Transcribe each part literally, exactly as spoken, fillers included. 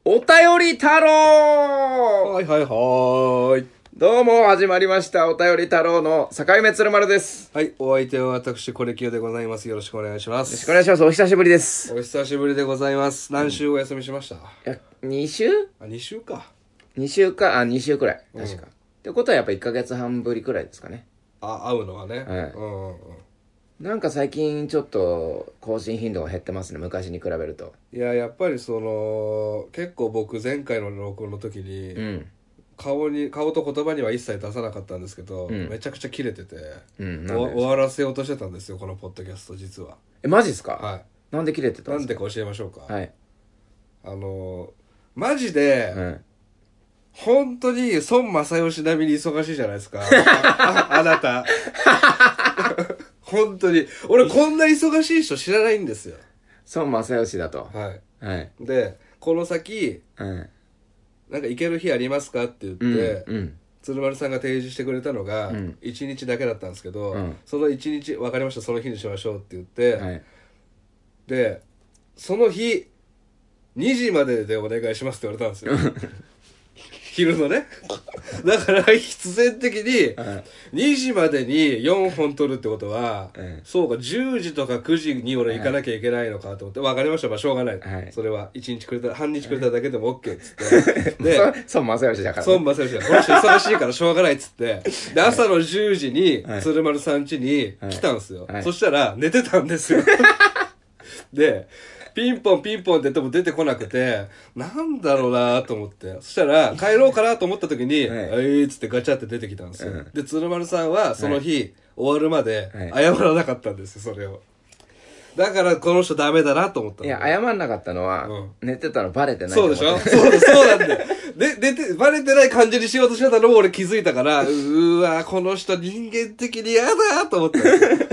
お便り太郎。 はいはいはーい。 どうも始まりましたお便り太郎の境目鶴丸です。 はい、お相手は私コレキヨでございます。よろしくお願いします。 よろしくお願いします。お久しぶりです。 お久しぶりでございます。何週お休みしました？ いやに週あ、に週か。 に週か、あ、に週くらい確か、 うん、 ってことはやっぱいっかげつはんぶりくらいですかね。 あ、会うのはね、 はい、 うんうんうん、 なんか最近ちょっと更新頻度が減ってますね、昔に比べると。 いや、やっぱりその結構僕前回の録音の時に、うん、顔に顔と言葉には一切出さなかったんですけど、うん、めちゃくちゃキレてて、うん、終わらせようとしてたんですよ、このポッドキャスト。実はえ、マジっすか？ はい。 なんでキレてたんですか？ なんでか教えましょうか。 はい。 あのマジで、うん、本当に孫正義並みに忙しいじゃないですか。あ, あ, あなた。本当に。俺こんな忙しい人知らないんですよ。 孫正義だと。 はい。 はい。 で、この先、うん、なんか行ける日ありますかって言って、うんうん、鶴丸さんが提示してくれたのが、いちにちだけだったんですけど、うん、そのいちにち、分かりました、その日にしましょうって言って、はい、で、その日、にじまででお願いしますって言われたんですよ。昼のね。だから必然的ににじまでによんほん撮るってことは、うん、そうかじゅうじとかくじに俺行かなきゃいけないのかと思って、分かりました、まあしょうがない、はい、それはいちにちくれた半日くれただけでも OK っつってで孫正義だから、 ね、孫正義だからこの人忙しいからしょうがないっつってで朝のじゅうじに鶴丸さん家に来たんですよ、はいはい、そしたら寝てたんですよ。でピンポンピンポンって言っても出てこなくて、なんだろうなと思って。そしたら、帰ろうかなと思った時に、はい、えーっつってガチャって出てきたんですよ。うん、で、鶴丸さんはその日、はい、終わるまで謝らなかったんですよ、それを。だからこの人ダメだなと思ったの。 いや、謝んなかったのは、うん、寝てたのバレてない。 そうでしょ？そうです、そうなんだよ。で、出て、バレてない感じにしようとしてたのも俺気づいたから、うーわ、この人人間的に嫌だと思った。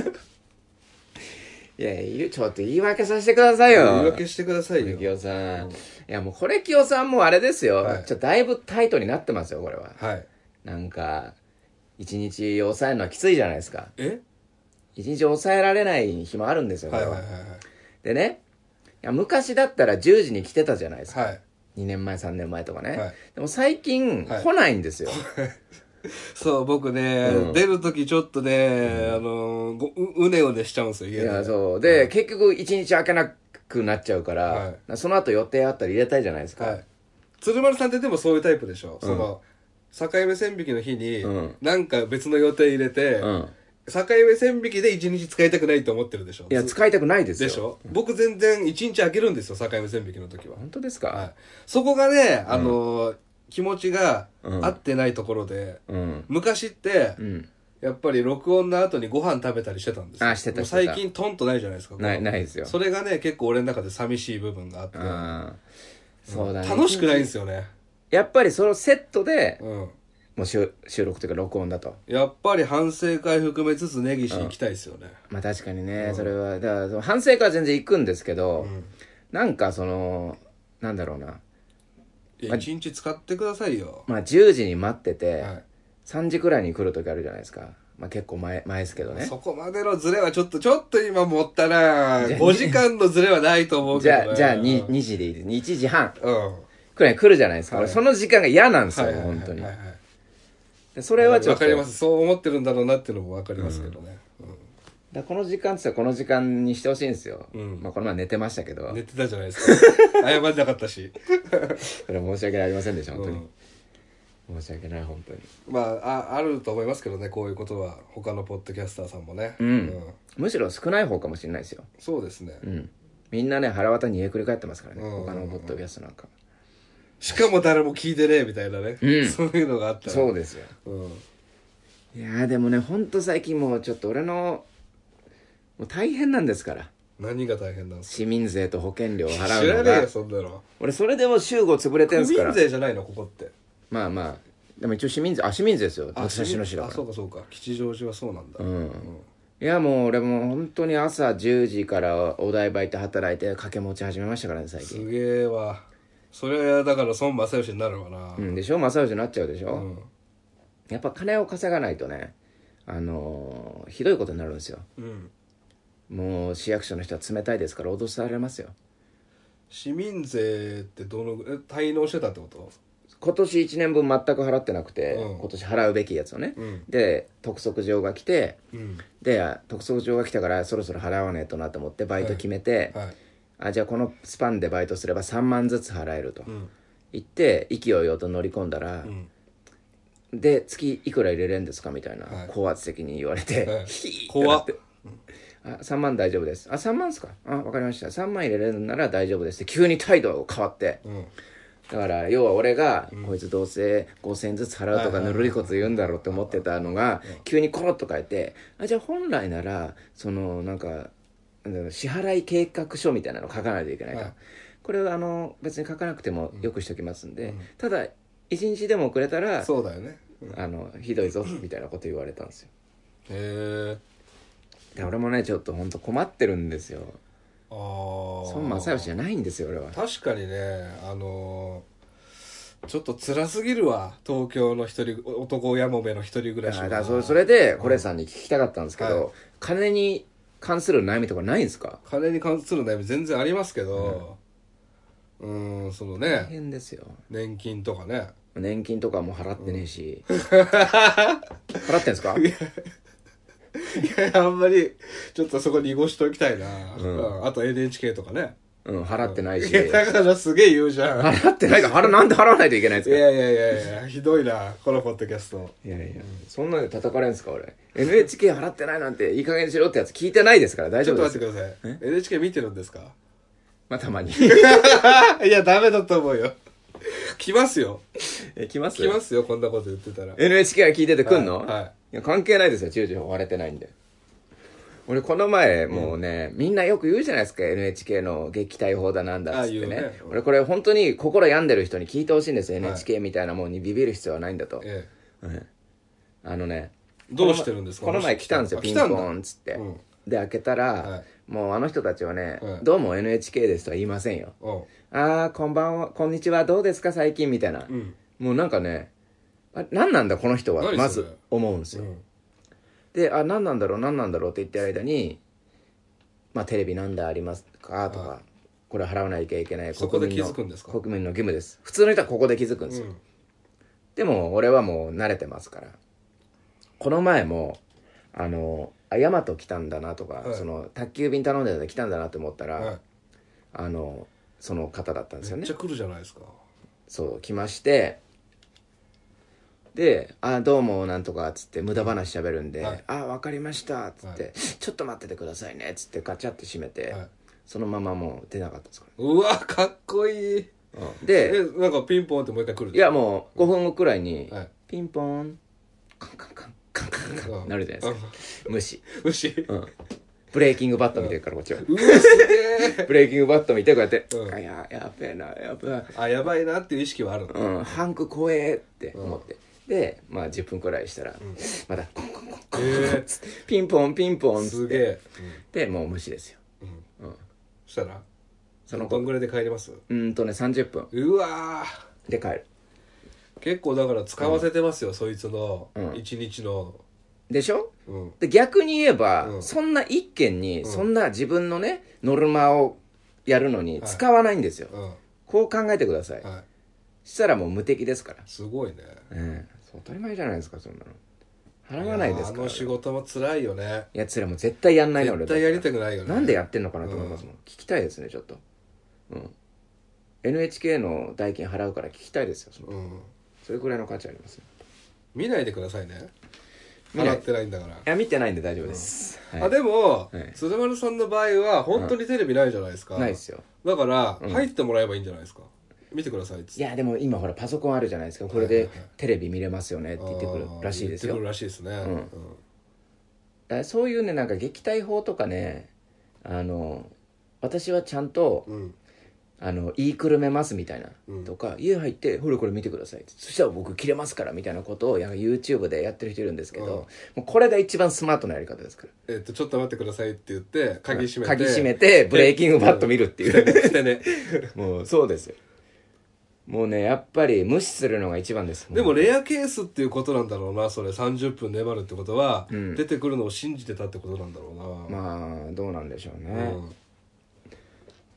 いや、ちょっと言い訳させてくださいよ。 言い訳してくださいよ。 コレキヨさん。うん、いや、もうコレキヨさんもあれですよ。はい、ちょっとだいぶタイトになってますよ、これは。はい。なんか、一日抑えるのはきついじゃないですか。え？一日抑えられない日もあるんですよ、これは。はいはいはいはい。でね、いや昔だったらじゅうじに来てたじゃないですか。はい。にねんまえ、さんねんまえとかね。はい。でも最近、はい、来ないんですよ。 そう、僕ね、うん、出るときちょっとね、うん、あの、う、うねうねしちゃうんですよ、家で。いや、 そう。で、うん、結局一日開けなくなっちゃうから、はい、その後予定あったら入れたいじゃないですか。はい。 鶴丸さんってでもそういうタイプでしょ、うん、その、境目線引きの日に、うん、なんか別の予定入れて、うん、境目線引きで一日使いたくないと思ってるでしょ。 いや、使いたくないですよ。 でしょ、うん、僕全然一日開けるんですよ、境目線引きの時は。 本当ですか？はい。 そこがね、あのー、気持ちが合ってないところで、うん、昔って、うん、やっぱり録音の後にご飯食べたりしてたんですよ。 あ、してたしてた。最近トンとないじゃないですか。 ない、ないですよ。 それがね、結構俺の中で寂しい部分があって、 あ、そうだね、 楽しくないんですよね。 やっぱりそのセットで、うん、もう収録というか録音だと。 やっぱり反省会含めつつ根岸に行きたいですよね。 うん、まあ確かにね、うん、それは、だからその反省会は全然行くんですけど、うん、なんかその、なんだろうな。 一日使ってくださいよ。 まあじゅうじに待ってて、はい、さんじくらいに来る時あるじゃないですか。まあ結構前、前ですけどね。 そこまでのズレはちょっと、ちょっと今持ったなごじかんのズレはないと思うけどね。 じゃあ、じゃあ 2, にじでいいです。いちじはん。うん。くらいに来るじゃないですか。はい、その時間が嫌なんですよ、はいはいはいはい、本当に。でそれはちょっと。 わかります。そう思ってるんだろうなっていうのもわかりますけどね。うんうん、 だこの時間って言ったらこの時間にしてほしいんですよ。うん、まあこの前寝てましたけど。 寝てたじゃないですか。謝りなかったし。 それは申し訳ありませんでした、本当に。うん、申し訳ない、本当に。 まあ、あ、あると思いますけどね、こういうことは。他のポッドキャスターさんもね。 うん。うん、むしろ少ない方かもしれないですよ。 そうですね。 うん。みんなね、腹渡にえくり返ってますからね、うん、他のポッドキャストなんか。 しかも誰も聞いてねえみたいなね。うん。そういうのがあったら。 そうですよ。うん。いやーでもね、ほんと最近もうちょっと俺の、もう大変なんですから。 何が大変なんですか？ 市民税と保険料を払うのが。 知らねえよ、そんなの。 俺それでも週ご潰れてんすから。 区民税じゃないの、ここって。 まあまあ。でも一応市民税、あ、市民税ですよ。私の市だから。 あ、そうかそうか。吉祥寺はそうなんだ。うん。うん、 いやもう俺もう本当に朝じゅうじからお台場行って働いて掛け持ち始めましたからね、最近。 すげえわ。それはだから孫正義になるわな。 うん、でしょ、正義になっちゃうでしょ。うん、やっぱ金を稼がないとね、あのー、ひどいことになるんですよ。うん。もう市役所の人は冷たいですから脅されますよ。 市民税ってどのぐらい滞納してたってこと？ 今年いちねんぶん全く払ってなくて、うん、今年払うべきやつをね、うん、で督促状が来て、うん、で督促状が来たからそろそろ払わねえとなと思ってバイト決めて、はいはい、あじゃあこのスパンでバイトすればさんまんずつ払えると、うん、言って意気揚々と乗り込んだら、うん、で月いくら入れれるんですかみたいな、はい、高圧的に言われて、はい、ヒーってなって、あさんまん大丈夫です、あさんまんっすか、あ分かりました、さんまん入れれるなら大丈夫ですって急に態度変わって、うん、だから要は俺が、うん、こいつどうせごせんえんずつ払うとかぬるいこと言うんだろうって思ってたのが急にコロッと変えて、あじゃあ本来ならそのなんか支払い計画書みたいなの書かないといけないと、はい、これはあの別に書かなくてもよくしておきますんで、うん、ただいちにちでも遅れたらそうだよね、 うん、あのひどいぞみたいなこと言われたんですよ。 へえ。俺もねちょっと本当困ってるんですよ。ああ孫正義じゃないんですよ俺は。 確かにねあのー、ちょっと辛すぎるわ東京の一人男やもめの一人暮らしは。 だからそれそれでコレさんに聞きたかったんですけど、はい、金に関する悩みとかないんですか？ 金に関する悩み全然ありますけど、うん、うーんそのね大変ですよ。 年金とかね年金とかも払ってねえし、うん、払ってんすか？ いやいやあんまりちょっとそこ濁しときたいな、うんうん、あと エヌエイチケー とかねうん払ってないし、 いやだからすげえ言うじゃん払ってないからなんで払わないといけないんですか？ いやいやいやいやひどいなこのポッドキャスト。 いやいや、うん、そんなんで叩かれんすか俺。 エヌエイチケー 払ってないなんていい加減にしろってやつ聞いてないですから大丈夫です。 ちょっと待ってください。 エヌエイチケー 見てるんですか？ まあたまにいやダメだと思うよ来ますよえ来ます来ますよこんなこと言ってたら。 エヌエイチケー が聞いてて来んの？ はい、はい、 いや関係ないですよ中時割れてないんで。俺この前もうね、うん、みんなよく言うじゃないですか エヌエイチケー の撃退法だなんだっつって ね, ね俺これ本当に心病んでる人に聞いてほしいんですよ、はい、エヌエイチケー みたいなもんにビビる必要はないんだと、ええうん、あのねどうしてるんですか？ この前来たんですよピンポンっつって、うん、で開けたら、はい、もうあの人たちはね、はい、どうも エヌエイチケー ですとは言いませんよ。あーこんばんはこんにちはどうですか最近みたいな、うん、もうなんかねあ何なんだこの人はまず思うんですよ、うん、であ何なんだろう何なんだろうって言ってる間にまあテレビなんだありますかとか、はい、これ払わなきゃいけない国民の国民の義務です。普通の人はここで気づくんですよ、うん、でも俺はもう慣れてますから。この前もあのあヤマト来たんだなとか、はい、その宅急便頼んでたの来たんだなと思ったら、はい、あのその方だったんですよね。 めっちゃ来るじゃないですか。 そう来ましてで、あ、どうも、なんとか、つって、無駄話喋るんで、はい、あ、わかりました、つって、はい、ちょっと待っててくださいね、つって、ガチャって閉めて、はい、そのままもう出なかったですから。 うわ、かっこいい。 うん、で、 え、なんかピンポンってもう一回来るんですか？ いや、もう、ごふんごくらいに、はい、ピンポン、カンカンカン、カンカンカン、なるじゃないですか。無視。 無視。 うん。ブレイキングバット見てるから、こっちは。 うわ、すげえ。 ブレイキングバット見て、こうやって、うん、あ、や、やべえな、やべえ。 あ、やばいなっていう意識はあるの？ うん、ハンク怖えって思って。うんで、まあじゅっぷんくらいしたら、うん、まだコンコンコンコンコン、えー、ピンポンピンポンっつってすげえ、 うん、でもう無視ですよ、 うんうん、そしたらそのどんぐらいで帰ります？ うんとねさんじゅっぷんうわーで帰る。 結構だから使わせてますよ、うん、そいつの一日の、 でしょ、うん、で逆に言えば、うん、そんな一件に、うん、そんな自分のねノルマをやるのに使わないんですよ、はいうん、こう考えてください、はい、したらもう無敵ですから。 すごいね、 うん当たり前じゃないですかそんなの。払わないですから。 あの仕事も辛いよね。 やつらも絶対やんないの。 絶対やりたくないよね。 なんでやってんのかなと思いますもん、うん、聞きたいですねちょっと、うん、エヌエイチケー の代金払うから聞きたいですよその、うん、それくらいの価値ありますね。 見ないでくださいね。払ってないんだから。いや見てないんで大丈夫です、 うんはい、あでも、はい、鶴丸さんの場合は本当にテレビないじゃないですか、 うん、ないですよ。 だから、うん、入ってもらえばいいんじゃないですか。見てくださいっつって。 いやでも今ほらパソコンあるじゃないですか。これでテレビ見れますよねって言ってくるらしいですよ。 言ってくるらしいですね、うんうん、だからそういうねなんか撃退法とかねあの私はちゃんと、うん、あの言いくるめますみたいな、うん、とか家入ってほらこれ見てくださいそしたら僕切れますからみたいなことをや YouTube でやってる人いるんですけど、うん、もうこれが一番スマートなやり方ですから。 えっとちょっと待ってくださいって言って鍵閉めて鍵閉めてブレイキングバット見るっていうしてねもうそうですよ。もうねやっぱり無視するのが一番です。 でもレアケースっていうことなんだろうな。それさんじゅっぷん粘るってことは、うん、出てくるのを信じてたってことなんだろうな。 まあどうなんでしょうね、うん、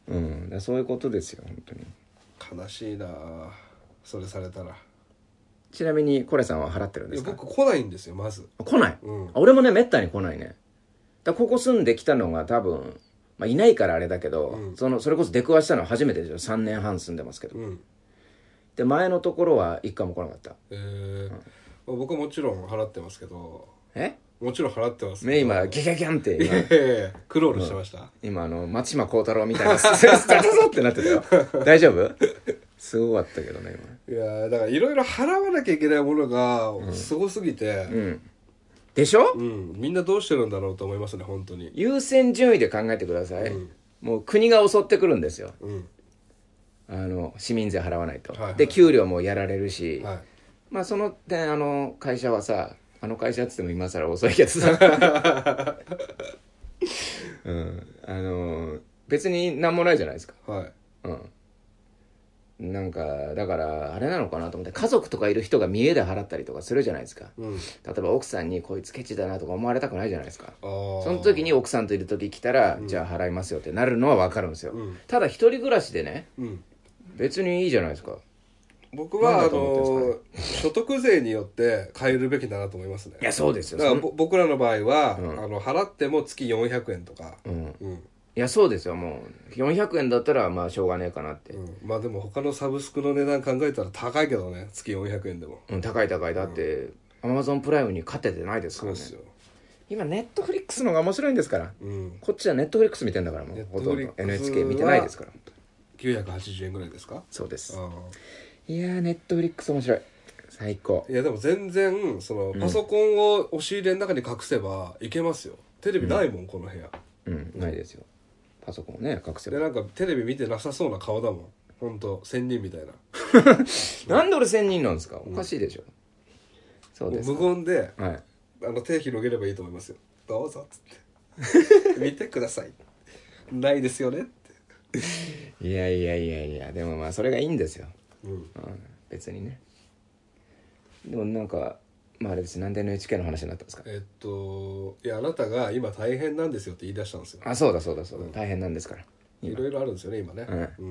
うん、だそういうことですよ本当に。悲しいなそれされたら。 ちなみにコレさんは払ってるんですか？ いや僕来ないんですよまず。 来ない、 うん、 俺もねめったに来ないね。だここ住んできたのが多分、まあ、いないからあれだけど、うん、そのそれこそ出くわしたのは初めてですよ。さんねんはん住んでますけど、うん、で前のところは一回も来なかった。 えーうん、僕はもちろん払ってますけど。 えもちろん払ってますけど。ね今ギャギャギャンって今クロールしてました、うん、 今あの松島幸太郎みたいなスタタタってなってたよ大丈夫？すごかったけどね今。いやだからいろいろ払わなきゃいけないものがすごすぎて、 うんうんでしょ、 うん、みんなどうしてるんだろうと思いますね本当に。 優先順位で考えてください、うん、もう国が襲ってくるんですよ、うん、あの市民税払わないと、はいはい、で給料もやられるし、はい、まあその点あの会社はさあの会社っつっても今更遅いけどさ、うん、あの別になんもないじゃないですか、はいうん、なんかだからあれなのかなと思って家族とかいる人が見栄で払ったりとかするじゃないですか、うん、例えば奥さんにこいつケチだなとか思われたくないじゃないですか。その時に奥さんといる時来たら、うん、じゃあ払いますよってなるのは分かるんですよ、うん、ただ一人暮らしでね、うん、別にいいじゃないですか。 僕はあの所得税によって変えるべきだなと思いますね。 いやそうですよ。 だから僕らの場合は、うん、あの払っても月よんひゃくえんとか、うんうん、いやそうですよ。もうよんひゃくえんだったらまあしょうがねえかなって、うん、 まあでも他のサブスクの値段考えたら高いけどね月よんひゃくえんでも、 うん、高い高い。だってアマゾンプライムに勝ててないですからね。そうですよ。今ネットフリックスの方が面白いんですから、うん、こっちはネットフリックス見てんだからもうほとんど エヌエイチケー 見てないですから。 きゅうひゃくはちじゅうえんぐらいですか？ そうです。いやーネットフリックス面白い最高。 いやでも全然そのパソコンを押し入れの中に隠せばいけますよ。テレビないもん、うん、この部屋。 うん、ないですよ。パソコンをね隠せば。 でなんかテレビ見てなさそうな顔だもん。ほんと仙人みたいななんで俺仙人なんですか？おかしいでしょ、うん、そうです無言で、はい、あの手広げればいいと思いますよ。どうぞっつって見てくださいないですよねっていやいやいやいやでもまあそれがいいんですよ、うんうん、別にね。でもなんかまああれですなんで エヌエイチケー の話になったんですか？ えっといやあなたが今大変なんですよって言い出したんですよ。 あそうだそうだそうだ、うん、大変なんですからいろいろあるんですよね今ね、うんうん、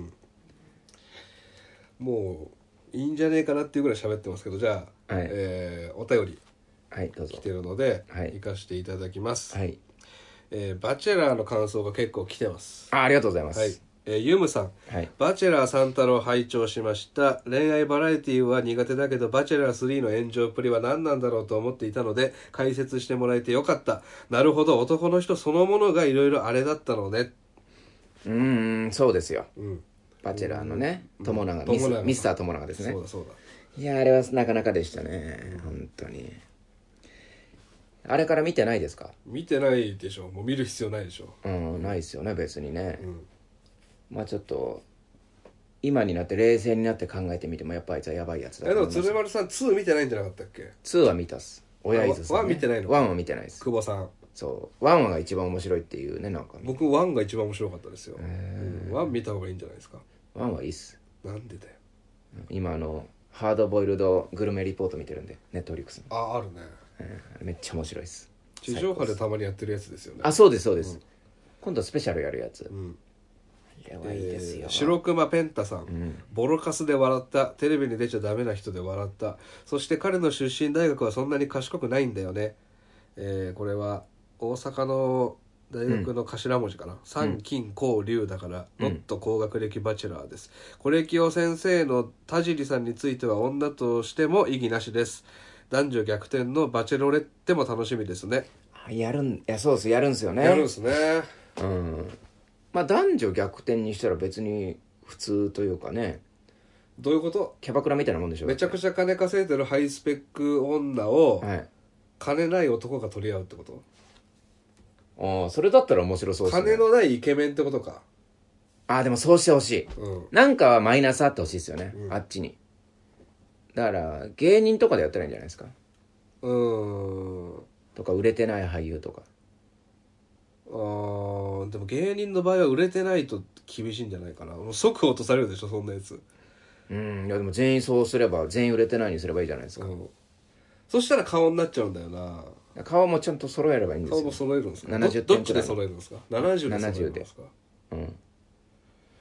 もういいんじゃねえかなっていうぐらい喋ってますけどじゃあ、はいえー、お便りはいどうぞ来てるので、はい、行かせていただきます、 はいえー、バチェラーの感想が結構来てます。 あ, ありがとうございます、 はいえー、ユムさん、はい、バチェラー三太郎拝聴しました。恋愛バラエティは苦手だけどバチェラースリーの炎上っぷりは何なんだろうと思っていたので解説してもらえてよかった。なるほど男の人そのものがいろいろあれだったのね。 うーんそうですよ、うん、バチェラーのね友永、うん、ミス、ミスター友永ですね。 そうだそうだ。 いやあれはなかなかでしたね、うん、本当に。あれから見てないですか？ 見てないでしょ。もう見る必要ないでしょ。 うんないですよね別にね、うんまあちょっと今になって冷静になって考えてみてもやっぱあいつはやばいやつだと思います。 えでも鶴丸さんツー見てないんじゃなかったっけ？ ツーは見たっす。親伊豆さん、ね、 ワン見てないの？ ワンは見てないです。 久保さんそうワンが一番面白いっていうねなんかね。 僕ワンが一番面白かったですよ。ワン見た方がいいんじゃないですか？ ワンはいいっす。 なんでだよ。 今あのハードボイルドグルメリポート見てるんでネットフリックスの。 ああるね、 うん、めっちゃ面白いっす。 地上波でたまにやってるやつですよね。 あそうですそうです、うん、今度スペシャルやるやつ、うんやばいですよ、えー、 白熊ペンタさん、うん、ボロカスで笑った。テレビに出ちゃダメな人で笑った。そして彼の出身大学はそんなに賢くないんだよね、えー、これは大阪の大学の頭文字かな、うん、三金高龍だから、うん、ノット高学歴バチェラーです。コレキオ先生の田尻さんについては女としても異議なしです。男女逆転のバチェロレッテも楽しみですね。 やるんいやそうですやるんですよね。 やるんですね。 うんまあ男女逆転にしたら別に普通というかね。 どういうこと？ キャバクラみたいなもんでしょ。 めちゃくちゃ金稼いでるハイスペック女を、はい、金ない男が取り合うってこと？ ああそれだったら面白そうですね。 金のないイケメンってことか。 ああでもそうしてほしい、うん、なんかはマイナスあってほしいですよね、うん、あっちに。だから芸人とかでやったらいいんじゃないですか。うーんとか売れてない俳優とか。 あーでも芸人の場合は売れてないと厳しいんじゃないかな。もう即落とされるでしょそんなやつ。 うんいやでも全員そうすれば全員売れてないにすればいいじゃないですか、うん、 そしたら顔になっちゃうんだよな。 顔もちゃんと揃えればいいんですよ。 顔も揃えるんですか？ ななじゅうどっちで揃えるんですか？ななじゅうで揃えるんですか？ うん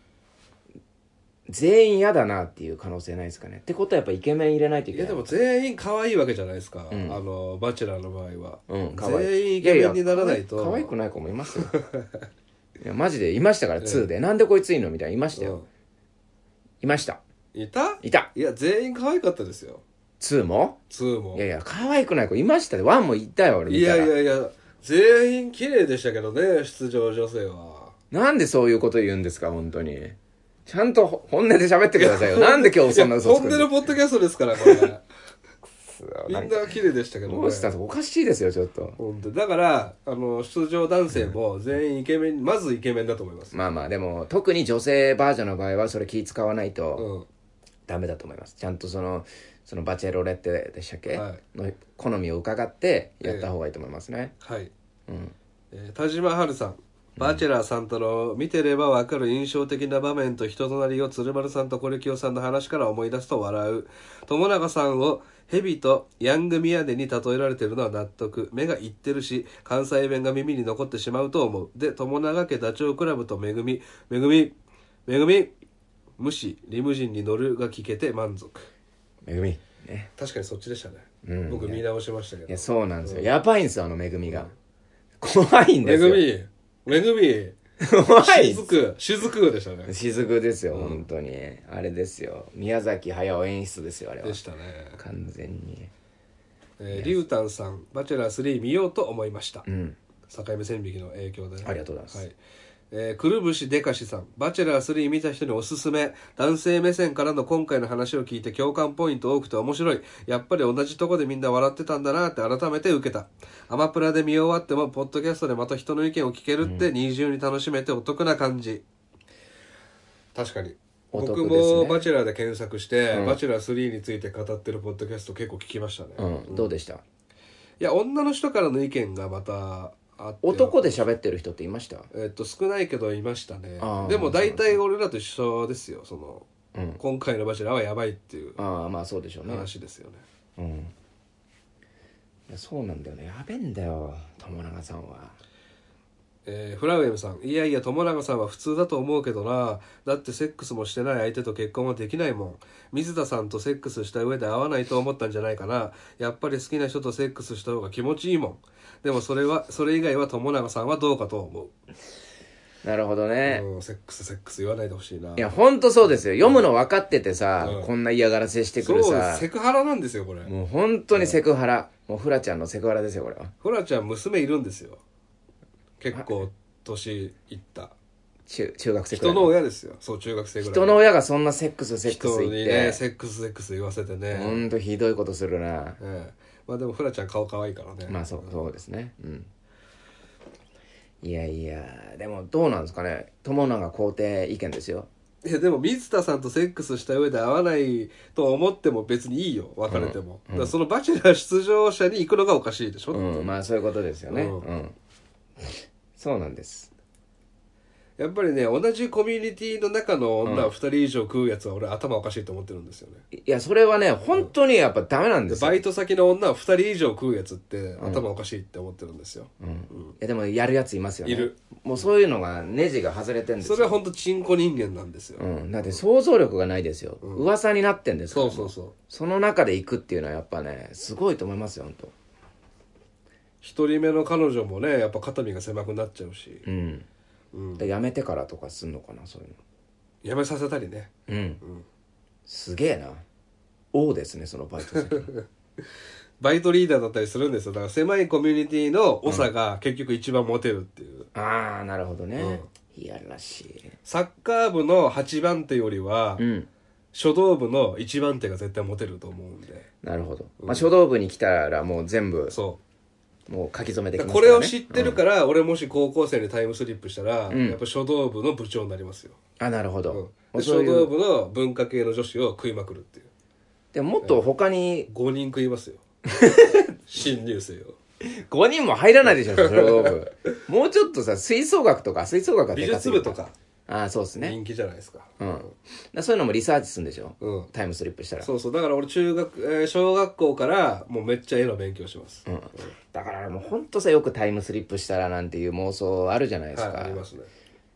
全員嫌だなっていう可能性ないですかね。ってことはやっぱイケメン入れないといけない。 いやでも全員可愛いわけじゃないですか、うん、あのバチェラーの場合は、 うん、 全員イケメンにならないと。 いやいや可愛くない子もいますよいやマジでいましたから、ツーで、なんでこいついんのみたいないましたよ、うん、いました。 いたいた。 いや全員可愛かったですよ。 ツーもツーも。 いやいや可愛くない子いましたよ。ワンもいたよ俺見たら。 いやいやいや全員綺麗でしたけどね、出場女性は。 なんでそういうこと言うんですか本当に。ちゃんと本音で喋ってくださいよ。なんで今日そんな嘘つくんですか。 本音のポッドキャストですからこれみんな綺麗でしたけどね。 モンスターおかしいですよちょっと。 本当だからあの出場男性も全員イケメン、うん、まずイケメンだと思います。 まあまあでも特に女性バージョンの場合はそれ気使わないとダメだと思います。ちゃんとそのそのバチェロレッテでしたっけ、はい、の好みを伺ってやった方がいいと思いますね、 えー、はい、うんえー、田島春さん、バチェラーさんとの見てれば分かる印象的な場面と人となりを鶴丸さんとコレキオさんの話から思い出すと笑う。友永さんをヘビとヤングミヤネに例えられているのは納得。目がいってるし関西弁が耳に残ってしまうと思う。で友永家ダチョウ倶楽部とめぐみめぐみめぐみ無視リムジンに乗るが聞けて満足。 めぐみ、ね、 確かにそっちでしたね、 うん、 僕見直しましたけど。 いやそうなんですよ、うん、やばいんですよあのめぐみが、うん、怖いんですよ。 めぐみめぐみ怖い。 しずく、しずくでしたね。 しずくですよ、うん、本当に。あれですよ。宮崎駿演出ですよ、あれは。 でしたね。 完全に。 えー、リュウタンさん、バチェラースリー見ようと思いました。 うん。 境目線引きの影響でね。 ありがとうございます。 はい。えー、くるぶしでかしさん、バチェラースリー見た人におすすめ。男性目線からの今回の話を聞いて共感ポイント多くて面白い。やっぱり同じとこでみんな笑ってたんだなって改めて受けた。アマプラで見終わってもポッドキャストでまた人の意見を聞けるって二重に楽しめてお得な感じ、うん、確かに、ね、僕もバチェラーで検索して、うん、バチェラースリーについて語ってるポッドキャスト結構聞きましたね、 うんうん、どうでした？いや女の人からの意見がまたあって、 男で喋ってる人っていました？ えー、っと少ないけどいましたね。でも大体俺らと一緒ですよ。その、うん、今回のバチェラーはやばいっていうああまあそうでしょうね話ですよね。 うん、いやそうなんだよね。やべえんだよ友永さんは。 えー、フラウエムさん、いやいや友永さんは普通だと思うけどな。だってセックスもしてない相手と結婚はできないもん。水田さんとセックスした上で会わないと思ったんじゃないかな。やっぱり好きな人とセックスした方が気持ちいいもん。でもそれはそれ以外は友永さんはどうかと思う。 なるほどね、 うん、セックスセックス言わないでほしいな。 いやほんとそうですよ。読むの分かっててさ、うん、こんな嫌がらせしてくるさ。 そうセクハラなんですよこれ。 もう本当にセクハラ、うん、もうフラちゃんのセクハラですよこれは。 フラちゃん娘いるんですよ。結構年いった中, 中学生くらい人の親ですよ。そう中学生ぐらい人の親がそんなセックスセックス言って人にねセックスセックス言わせてね。 ほんとひどいことするな、 ええ、まあでもフラちゃん顔可愛いからね。 まあそう、そうですね。うんいやいやでもどうなんですかね。友永肯定意見ですよ。 いやでも水田さんとセックスした上で会わないと思っても別にいいよ別れても、うんうん、だからそのバチェラー出場者に行くのがおかしいでしょ、 うん、まあそういうことですよね、うんうん、そうなんです。 やっぱりね同じコミュニティの中の女をふたり以上食うやつは俺頭おかしいと思ってるんですよね。 いやそれはね本当にやっぱダメなんですよ。 バイト先の女をふたり以上食うやつって頭おかしいって思ってるんですよ、 うんうん、いやでもやるやついますよね。 いる。もうそういうのがネジが外れてるんですよ。 それは本当チンコ人間なんですよ、 うん、だって想像力がないですよ、うん、噂になってんですから。 そうそうそう。 その中で行くっていうのはやっぱねすごいと思いますよ本当。 一人目の彼女もねやっぱ肩身が狭くなっちゃうし、 うんうん、で辞めてからとかすんのかなそういうの。 辞めさせたりね、 うん、うん、すげえな。王ですねそのバイト先バイトリーダーだったりするんですよ。だから狭いコミュニティの長が結局一番モテるっていう、 うん、ああなるほどね、うん、いやらしい。 サッカー部のはちばん手よりは、うん、書道部のいちばん手が絶対モテると思うんで。 なるほど、うん、まあ、書道部に来たらもう全部そうもう書き初めできますからね。これを知ってるから、うん、俺もし高校生にタイムスリップしたら、うん、やっぱ書道部の部長になりますよ。 あなるほど、 うん、で書道部の文化系の女子を食いまくるっていう。 でももっと他にごにん食いますよ新入生をごにんも入らないでしょ書道部もうちょっとさ吹奏楽とか吹奏楽は美術部とかああそうですね人気じゃないですか、 うん、だそういうのもリサーチするんでしょ、うん、タイムスリップしたら。 そうそうだから俺中学、えー、小学校からもうめっちゃ絵の勉強します、うんうん、 だからもうほんとさよくタイムスリップしたらなんていう妄想あるじゃないですか、 はい、ありますね。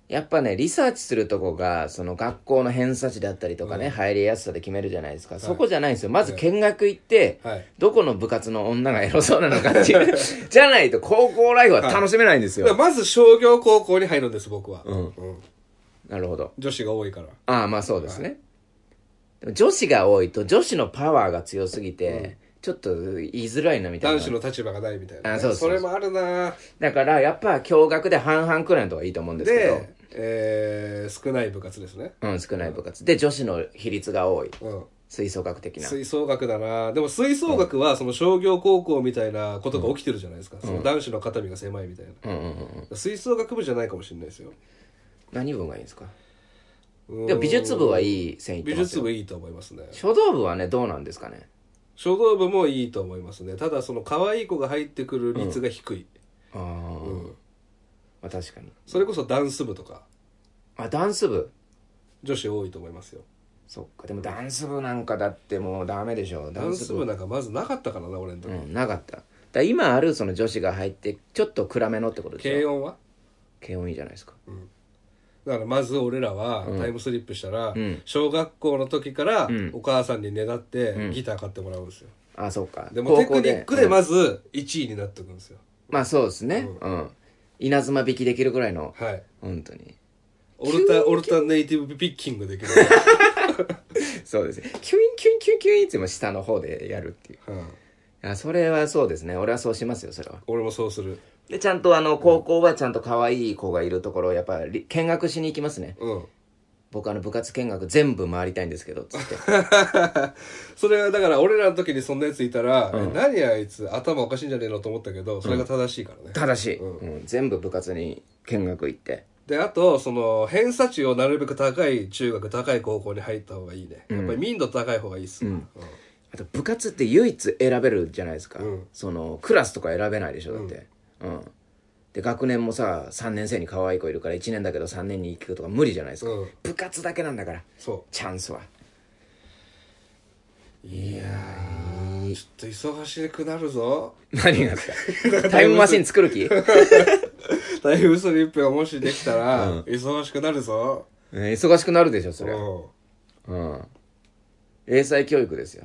やっぱねリサーチするとこがその学校の偏差値だったりとかね、うん、入りやすさで決めるじゃないですか、はい、そこじゃないんですよ。まず見学行って、はい、どこの部活の女がエロそうなのかっていうじゃないと高校ライフは楽しめないんですよ、 はい、まず商業高校に入るんです僕は、うんうん、 なるほど。 女子が多いから。 ああまあそうですね、はい、でも女子が多いと女子のパワーが強すぎて、うん、ちょっと言いづらいなみたいな。 男子の立場がないみたいな、ね、 あそうそうそう、 それもあるな。 だからやっぱ共学で半々くらいのとがいいと思うんですけど、 で、えー、少ない部活ですね。 うん少ない部活で女子の比率が多い、うん、吹奏楽的な。 吹奏楽だな。でも吹奏楽はその商業高校みたいなことが起きてるじゃないですか、うん、その男子の肩身が狭いみたいな、うんうんうん、吹奏楽部じゃないかもしれないですよ。 何部がいいんですか？でも美術部はいい線いってますよ。 美術部いいと思いますね。 書道部はねどうなんですかね。 書道部もいいと思いますね。ただその可愛い子が入ってくる率が低い、 うん、ああ、うん、まあ確かに。 それこそダンス部とか。 あダンス部女子多いと思いますよ。 そっか。でもダンス部なんかだってもうダメでしょ。 ダンス部なんかまずなかったからな俺の時、 うん、なかった。だ今あるその女子が入ってちょっと暗めのってことでしょ。 軽音は軽音いいじゃないですか、うん、 だからまず俺らはタイムスリップしたら、うん、小学校の時からお母さんにねだってギター買ってもらうんですよ、 うん、あそうか。 でもテクニックでまずいちいになってくるんですよ、 うん、まあそうですね、うん、うん、稲妻弾きできるぐらいの、はい、本当にオルタオルタネイティブピッキングできるそうですね。キュインキュインキュインキュインっても下の方でやるっていう、うん、いやそれはそうですね。俺はそうしますよ。それは俺もそうする。 でちゃんとあの高校はちゃんと可愛い子がいるところをやっぱり見学しに行きますね、うん、僕あの部活見学全部回りたいんですけどつってそれはだから俺らの時にそんなやついたら、うん、何あいつ頭おかしいんじゃねえのと思ったけどそれが正しいからね、うん、 正しい、うんうん、全部部活に見学行って、 であとその偏差値をなるべく高い中学高い高校に入った方がいいね、うん、やっぱり民度高い方がいいっす、うんうん、 あと部活って唯一選べるじゃないですか、うん、そのクラスとか選べないでしょだって、うんうん、で学年もささんねん生に可愛い子いるからいちねんだけどさんねんに行くとか無理じゃないですか、うん、部活だけなんだからそうチャンスは。 いやーちょっと忙しくなるぞ。 何がですかタイムマシン作る気タイムスリップがもしできたら、うん、忙しくなるぞ、 えー、忙しくなるでしょそれ。うん、英才教育ですよ。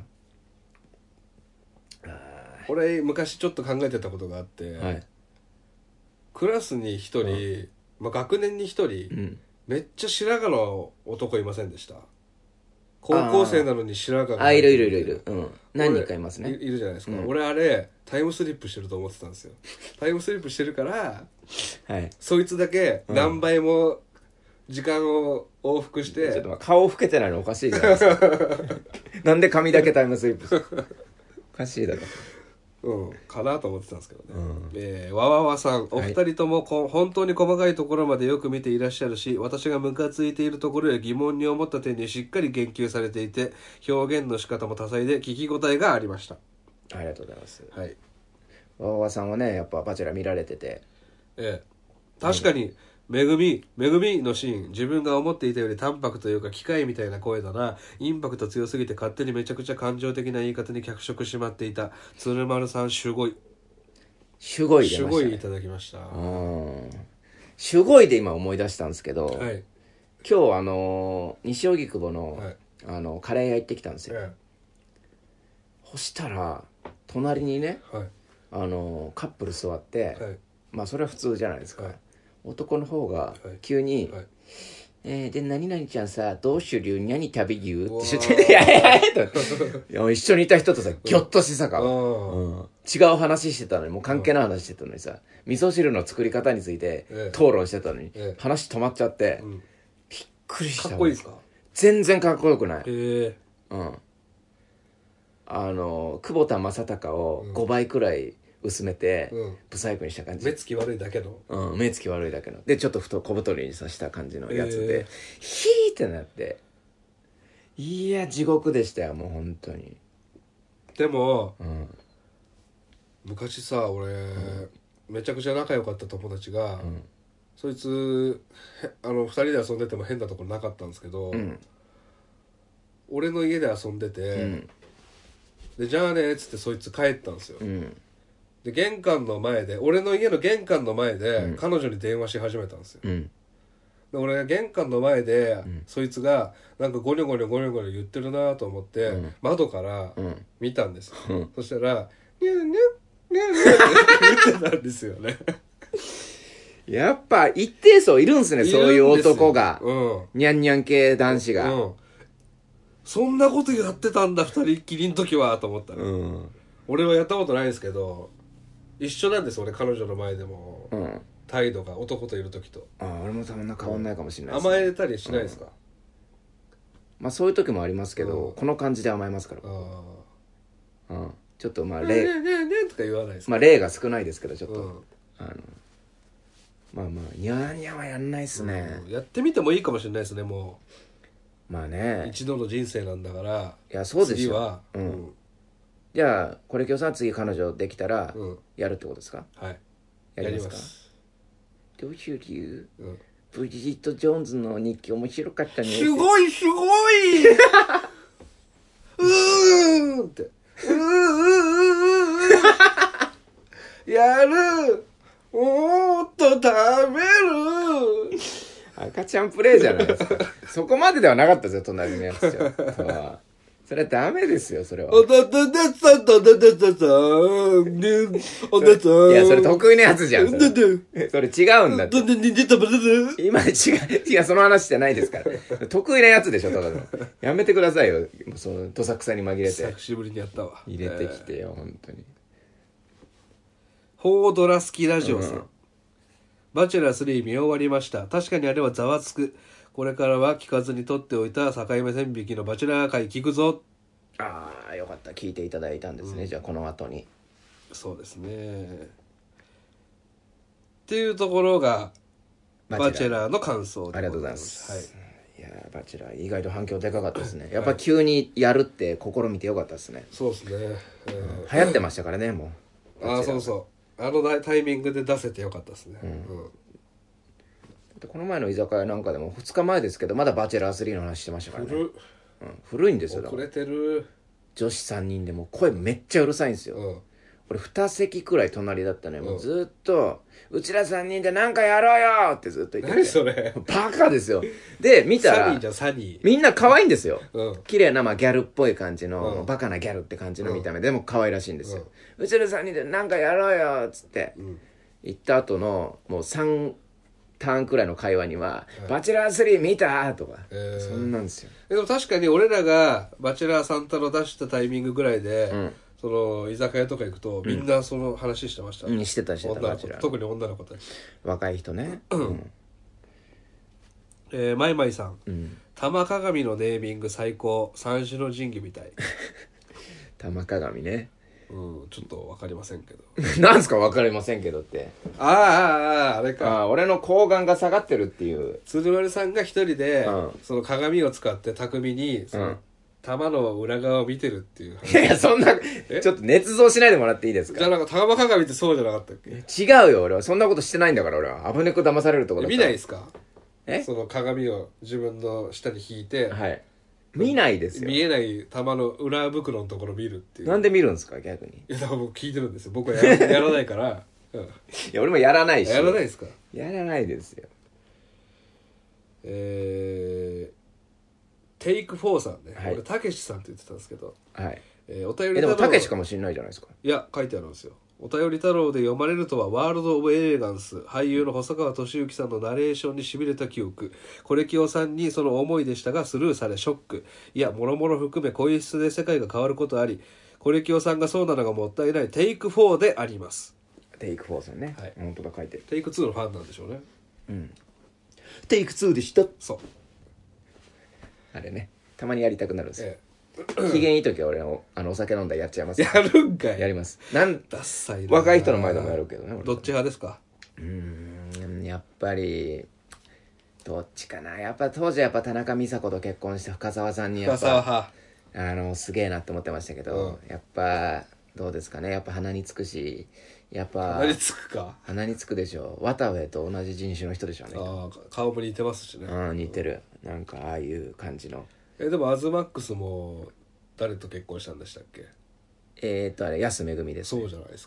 俺昔ちょっと考えてたことがあって、はい、クラスに一人、うんまあ、学年に一人、うん、めっちゃ白髪の男いませんでした？高校生なのに白髪が。 あいるいるいるいる、うん、何人かいますね。 い, いるじゃないですか、うん、俺あれタイムスリップしてると思ってたんですよ。タイムスリップしてるから、はい、そいつだけ何倍も時間を往復して、うん、 ちょっと顔老けてないのおかしいじゃないですかなんで髪だけタイムスリップしておかしいだろうん、かなと思ってたんですけどね、うんえー、わわわさんお二人ともこ、はい、本当に細かいところまでよく見ていらっしゃるし、私がムカついているところや疑問に思った点にしっかり言及されていて表現の仕方も多彩で聞き応えがありました。 ありがとうございます、はい、わわわさんはねやっぱバチェラー見られてて、 ええ、確かにめぐみ、めぐみのシーン、自分が思っていたより淡白というか機械みたいな声だな。インパクト強すぎて勝手にめちゃくちゃ感情的な言い方に脚色しまっていた。鶴丸さん、しゅごい。 しゅごい出ましたね。 しゅごいいただきました。 しゅごいで今思い出したんですけど、はい、今日あのー、西荻窪の、はい、あのカレー屋行ってきたんですよ。はい、そしたら隣にね、はい、あのー、カップル座って、はい、まあそれは普通じゃないですか。はい男の方が急に、はいはいえー、で何々ちゃんさどうしゅりゅうにゃに食べゆうって言っていやいやいやと一緒にいた人とさギョッとしてさ、うん、違う話してたのにもう関係ない話してたのにさ味噌汁の作り方について討論してたのに、ええ、話止まっちゃって、うん、びっくりした。 かっこいいですか？ 全然かっこよくない。へえ、うん、あの久保田正孝をごばいくらい薄めて、うん、ブサイクにした感じ。 目つき悪いだけの、 うん、目つき悪いだけのでちょっとふと小太りにさした感じのやつで、えー、ヒーってなって、いや地獄でしたよもう本当に。 でも、うん、昔さ俺、うん、めちゃくちゃ仲良かった友達が、うん、そいつあのふたりで遊んでても変なところなかったんですけど、うん、俺の家で遊んでて、うん、でじゃあねっつってそいつ帰ったんですよ、うんで玄関の前で俺の家の玄関の前で彼女に電話し始めたんですよ、うん、 で俺が玄関の前で、うん、そいつがなんかゴニョゴニョゴニョゴニョ言ってるなと思って、うん、窓から見たんですよ、うん、そしたらニューニューニューニューって言ってたんですよねやっぱ一定層いるんすね、そういう男が、うん、ニャンニャン系男子が、うん、 そんなことやってたんだ二人っきりの時はと思ったね、うん、俺はやったことないですけど一緒なんです、俺彼女の前でも、うん、態度が男といる時と。 ああ、俺もそんな変わんないかもしれないです、ね、甘えたりしないですか、うん、 まあそういう時もありますけど、うん、この感じで甘えますから。ああ、うん、ちょっとまあ例、 ねねねねとか言わないですか。 まあ例が少ないですけどちょっと、うん、あのまあまあニャーニャーはやんないっすね、 うん、やってみてもいいかもしれないですね。もうまあね、 一度の人生なんだから。 いやそうですよ、 次は、 うんうん、じゃあこれ今日さん次彼女できたらやるってことですか、 うん、はい、 やりますか。どういう理由、うん、ブリジット・ジョーンズの日記面白かったね。 すごいすごいうーんってうーんやるもっと食べる赤ちゃんプレイじゃないですかそこまでではなかったですよ、隣のやつじゃそれはダメですよ、それは。おだだださんだだだださんねおださん。いや、それ得意なやつじゃん。それ、それ違うんだって。今違う。いや、その話じゃないですから。得意なやつでしょ、ただの。やめてくださいよ。その、どさくさに紛れて。 久しぶりにやったわ。 入れてきてよ、本当に。 ホードラスキラジオさん。うん、バチェラースリー見終わりました。確かにあれはざわつく。これからは聞かずに撮っておいた境目線引きのバチェラー会聞くぞ。 ああ、よかった。聞いていただいたんですね、うん、じゃあこの後に。 そうですね。っていうところがバチェラーの感想でございます。 ありがとうございます、はい、いやバチェラー意外と反響でかかったですね。やっぱ急にやるって試みてよかったですね。 そうですね、 うん、流行ってましたからね、もう。ああ、そうそう、あのタイミングで出せてよかったですね、うんうん。 この前の居酒屋なんかでもふつかまえですけどまだバチェラースリーの話してましたからね。古、うん、古いんですよ。 遅れてる。 女子さんにんでも声めっちゃうるさいんですよ、うん、俺に席くらい隣だったのよ、うん、もうずっとうちらさんにんで何かやろうよってずっと言ってて。 何それバカですよ。で見たらサニーじゃん、サニー。 みんな可愛いんですよ、うん、綺麗な、まあ、ギャルっぽい感じの、うん、バカなギャルって感じの見た目で、うん、でも可愛らしいんですよ、うん、うちらさんにんで何かやろうよっつって、うん、言った後のもうさんターンくらいの会話には、はい、バチェラースリー見たとか、えー、そんなんですよ。 でも確かに俺らがバチェラーサンタの出したタイミングぐらいで、うん、その居酒屋とか行くとみんなその話してました、 うん、してたしてた。バチェラー特に女の子たち、 若い人ね、うん、 えー、マイマイさん、うん、玉鏡のネーミング最高、三種の神器みたい玉鏡ね、 うん、ちょっと分かりませんけどなんすか分かりませんけどって。 あああああれか、 あ俺の睾丸が下がってるっていう。 鶴丸さんが一人で、うん、その鏡を使って巧みにその、うん、玉の裏側を見てるっていう。 いやいや、そんなちょっと捏造しないでもらっていいですか。 じゃあなんか玉鏡ってそうじゃなかったっけ。 違うよ、俺はそんなことしてないんだから。俺はアブネコ騙されるとこだった。 見ないですか。え、その鏡を自分の下に引いて、 はい、見ないですよ。 見えない玉の裏袋のところ見るっていう。 なんで見るんですか逆に。いやだから僕聞いてるんですよ。僕は や, らやらないから、うん、いや俺もやらないし。 やらないですか。 やらないですよ。 えー、テイクフォーさんね、はい、俺たけしさんって言ってたんですけど、 はい、 えー、お便り太郎。でもたけしかもしれないじゃないですか。 いや書いてあるんですよ。お便り太郎で読まれるとはワールド・オブ・エレガンス、俳優の細川俊之さんのナレーションにしびれた記憶、コレキオさんにその思いでしたがスルーされショック、いやもろもろ含め声質で世界が変わることあり、コレキオさんがそうなのがもったいない。テイクフォーであります。 テイクフォーさんね、はい、本当だ書いてる。 テイクツーのファンなんでしょうね。 うん、テイクツーでした。 そうあれね、たまにやりたくなるんですよ、ええ機嫌いい時は俺あのお酒飲んだらやっちゃいます。 やるんかい。 やります。なんダッサいな。 若い人の前でもやるけどね。 どっち派ですか。 うーんやっぱりどっちかな。やっぱ当時はやっぱ田中美佐子と結婚して深澤さんにやっぱあのすげえなって思ってましたけど、うん、やっぱどうですかね。やっぱ鼻につくし、やっぱ鼻につくか。 鼻につくでしょ。渡部と同じ人種の人でしょうね。 あ顔も似てますしね。 うん似てる。なんかああいう感じの。 えでもアズマックスも誰と結婚したんでしたっけ。 えーっとあれ安めぐみです、 ね、そうじゃないですか。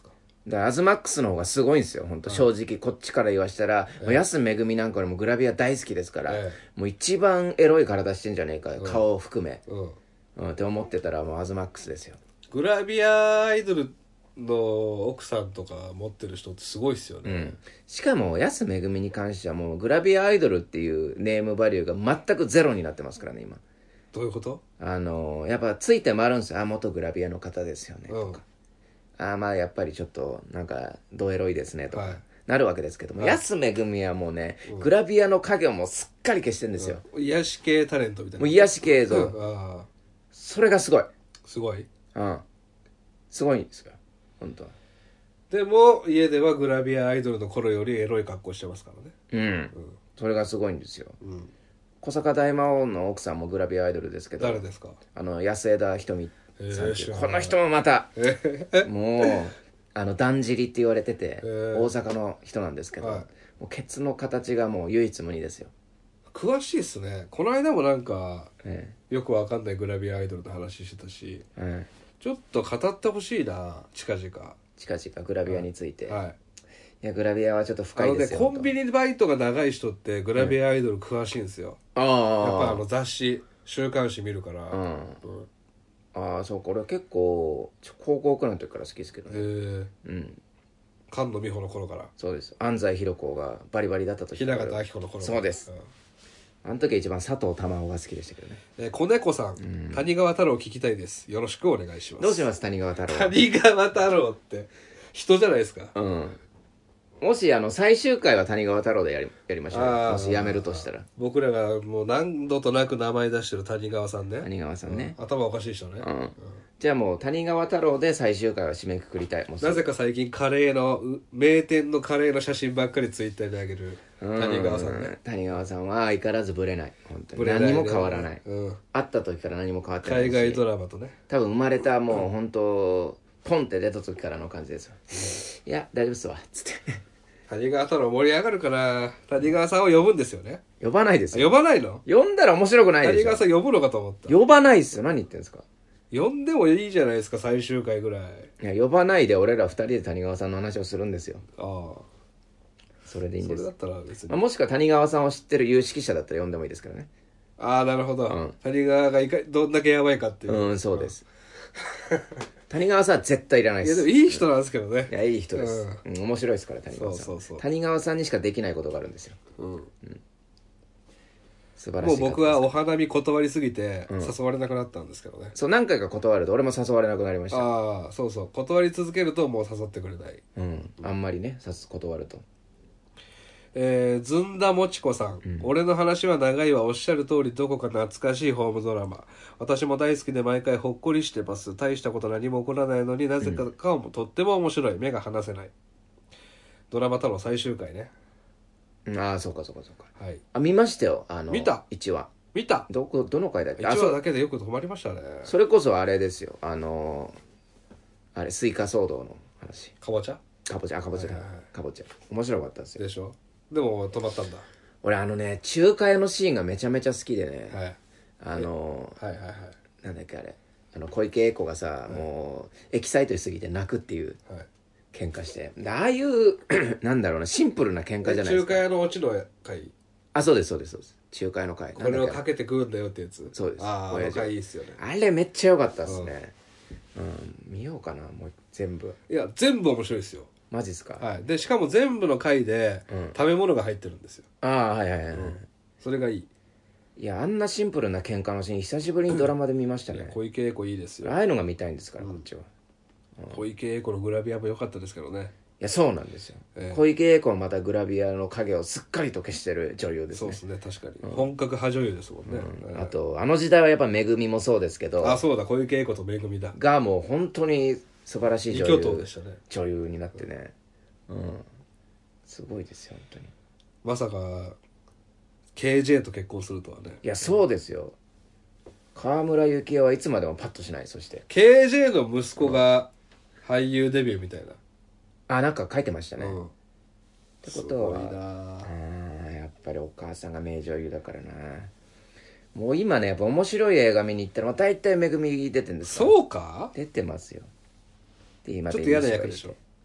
だからアズマックスの方がすごいんですよ本当、はい、正直こっちから言わしたら、ええ、もう安めぐみなんかよりもグラビア大好きですから、ええ、もう一番エロい体してんじゃねえか、うん、顔を含め、うんうん、って思ってたらもうアズマックスですよ。 グラビアアイドルの奥さんとか持ってる人ってすごいっすよね、うん、 しかも安めぐみに関してはもうグラビアアイドルっていうネームバリューが全くゼロになってますからね今。 どういうこと？ あのやっぱついて回るんですよ。あ、元グラビアの方ですよね、うん、とか、あ、まあやっぱりちょっとなんかドエロいですねとか、はい、なるわけですけども、はい、安めぐみはもうね、うん、グラビアの影をもうすっかり消してるんですよ、 うん、癒し系タレントみたいな、 もう癒し系像、うん、それがすごいすごい、 うん、すごいんですよ本当は。 でも家ではグラビアアイドルの頃よりエロい格好してますからね、 うん、うん、それがすごいんですよ、うん、小坂大魔王の奥さんもグラビアアイドルですけど、 誰ですか？ あの安枝ひとみさんっていう、この人もまたもうあのだんじりって言われてて、大阪の人なんですけど、はい、もうケツの形がもう唯一無二ですよ。 詳しいっすね。この間もなんか、ええ、よくわかんないグラビアアイドルの話してたし、ええ、ちょっと語ってほしいな、近々 近々グラビアについて、 はい、はい、 いやグラビアはちょっと深いですよ。 あのね、コンビニバイトが長い人ってグラビアアイドル詳しいんですよ、うん、やっぱあの雑誌週刊誌見るから、うんうん、 ああそうか、俺結構高校くらいの時から好きですけどね。へえ、 うん、菅野美穂の頃から。 そうです。安西ひろ子がバリバリだった時から、雛形あきこの頃から。 そうです、うん、あの時は一番佐藤珠緒が好きでしたけどね。 えー、子猫さん、うん、谷川太郎聞きたいです。よろしくお願いします。 どうします？谷川太郎。 谷川太郎って人じゃないですか。うん、 もしあの最終回は谷川太郎でやり、やりましょう。もしやめるとしたら。 僕らがもう何度となく名前出してる谷川さんね。 谷川さんね、 うん、頭おかしい人ね、うんうん、 じゃあもう谷川太郎で最終回は締めくくりたい。もうなぜか最近カレーの名店のカレーの写真ばっかりツイッターであげる谷川さんね。 谷川さんは相変わらずブレない。本当にブレない、ね、何も変わらない、うん、会った時から何も変わってないし、 海外ドラマとね、 多分生まれたもう本当ポンって出た時からの感じですよ、うん、いや大丈夫っすわつって谷川太郎盛り上がるかな。谷川さんを呼ぶんですよね。 呼ばないですよ。 呼ばないの？ 呼んだら面白くないでしょ。 谷川さん呼ぶのかと思った。 呼ばないっすよ。何言ってんですか。 呼んでもいいじゃないですか、最終回ぐらい。 いや呼ばないで俺ら二人で谷川さんの話をするんですよ。ああ、それでいいんです。 それだったら別に、 まあ、もしくは谷川さんを知ってる有識者だったら呼んでもいいですけどね。 ああなるほど、うん、谷川がいかどんだけやばいかっていう。 うんそうです谷川さんは絶対いらないです。 いやでもいい人なんですけどね。 いやいい人です、うんうん、面白いですから谷川さん。そうそうそう、谷川さんにしかできないことがあるんですよ、うんうん、素晴らしい。 もう僕はお花見断りすぎて誘われなくなったんですけどね、うん、 そう何回か断ると俺も誘われなくなりました。 ああそうそう、断り続けるともう誘ってくれない、 うん、あんまりね断ると。 えー、ずんだもちこさん、うん、俺の話は長いはおっしゃる通りどこか懐かしいホームドラマ。私も大好きで毎回ほっこりしてます。大したこと何も起こらないのになぜかかもとっても面白い。目が離せない。ドラマ太郎最終回ね。 ああそうかそうかそうか、はい、あ見ましたよ。あの見たいちわ見た。 どこどの回だっけ。いちわだけでよく止まりましたね。 それこそあれですよ、あのあれスイカ騒動の話。 かぼちゃかぼちゃあかぼちゃだ、はいはいはい、かぼちゃ面白かったですよ。 でしょ。でも止まったんだ。 俺あのね中華屋のシーンがめちゃめちゃ好きでね、はい、あのはいはいはい、 なんだっけあれ、あの小池栄子がさ、はい、もうエキサイトしすぎて泣くっていう、はい、喧嘩して、ああいうなんだろうなシンプルな喧嘩じゃないですか。 中華屋のオチの回。 あそうですそうですそうです、中華屋の回。 これをかけて食うんだよってやつ。 そうです。 あああの回いいっすよね。 あれめっちゃ良かったっすね、うん、うん、見ようかなもう全部。 いや全部面白いですよ。 マジっすか。 はい。でしかも全部の回で食べ物が入ってるんですよ、 うん、ああはいはいはい、うん、 それがいい。 いやあんなシンプルな喧嘩のシーン久しぶりにドラマで見ましたね、うん、 小池栄子いいですよ。 ああいうのが見たいんですから、うん、こっちは、 うん、小池栄子のグラビアも良かったですけどね。 いやそうなんですよ、えー、小池栄子もまたグラビアの影をすっかりと消してる女優ですね。 そうですね確かに、うん、本格派女優ですもんね、 うん、あとあの時代はやっぱめぐみもそうですけど。 あそうだ小池栄子とめぐみだがもう本当に素晴らしい女優、 二巨頭でしたね、 女優になってね、うん、すごいですよ本当に。 まさか ケージェー と結婚するとはね。 いやそうですよ。川村幸恵はいつまでもパッとしない。そしてケージェー の息子が俳優デビューみたいな、 あなんか書いてましたね、うん、ってことはすごいなあやっぱりお母さんが名女優だからな。もう今ねやっぱ面白い映画見に行ったら大体めぐみ出てるんですか。 そうか。 出てますよ。で今ちょっと嫌な役でしょ。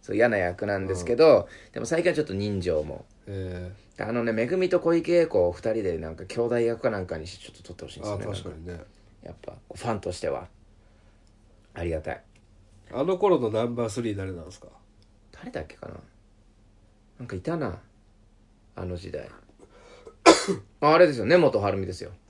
そう嫌な役なんですけど、うん、でも最近はちょっと人情も、えー、あのねめぐみと小池栄子をふたりでなんか兄弟役かなんかにしてちょっと撮ってほしいんですよね。 あ確かにね、 やっぱファンとしてはありがたい。 あの頃のナンバースリー誰なんですか？ 誰だっけかな、なんかいたなあの時代あ, あれですよ、根本晴美ですよ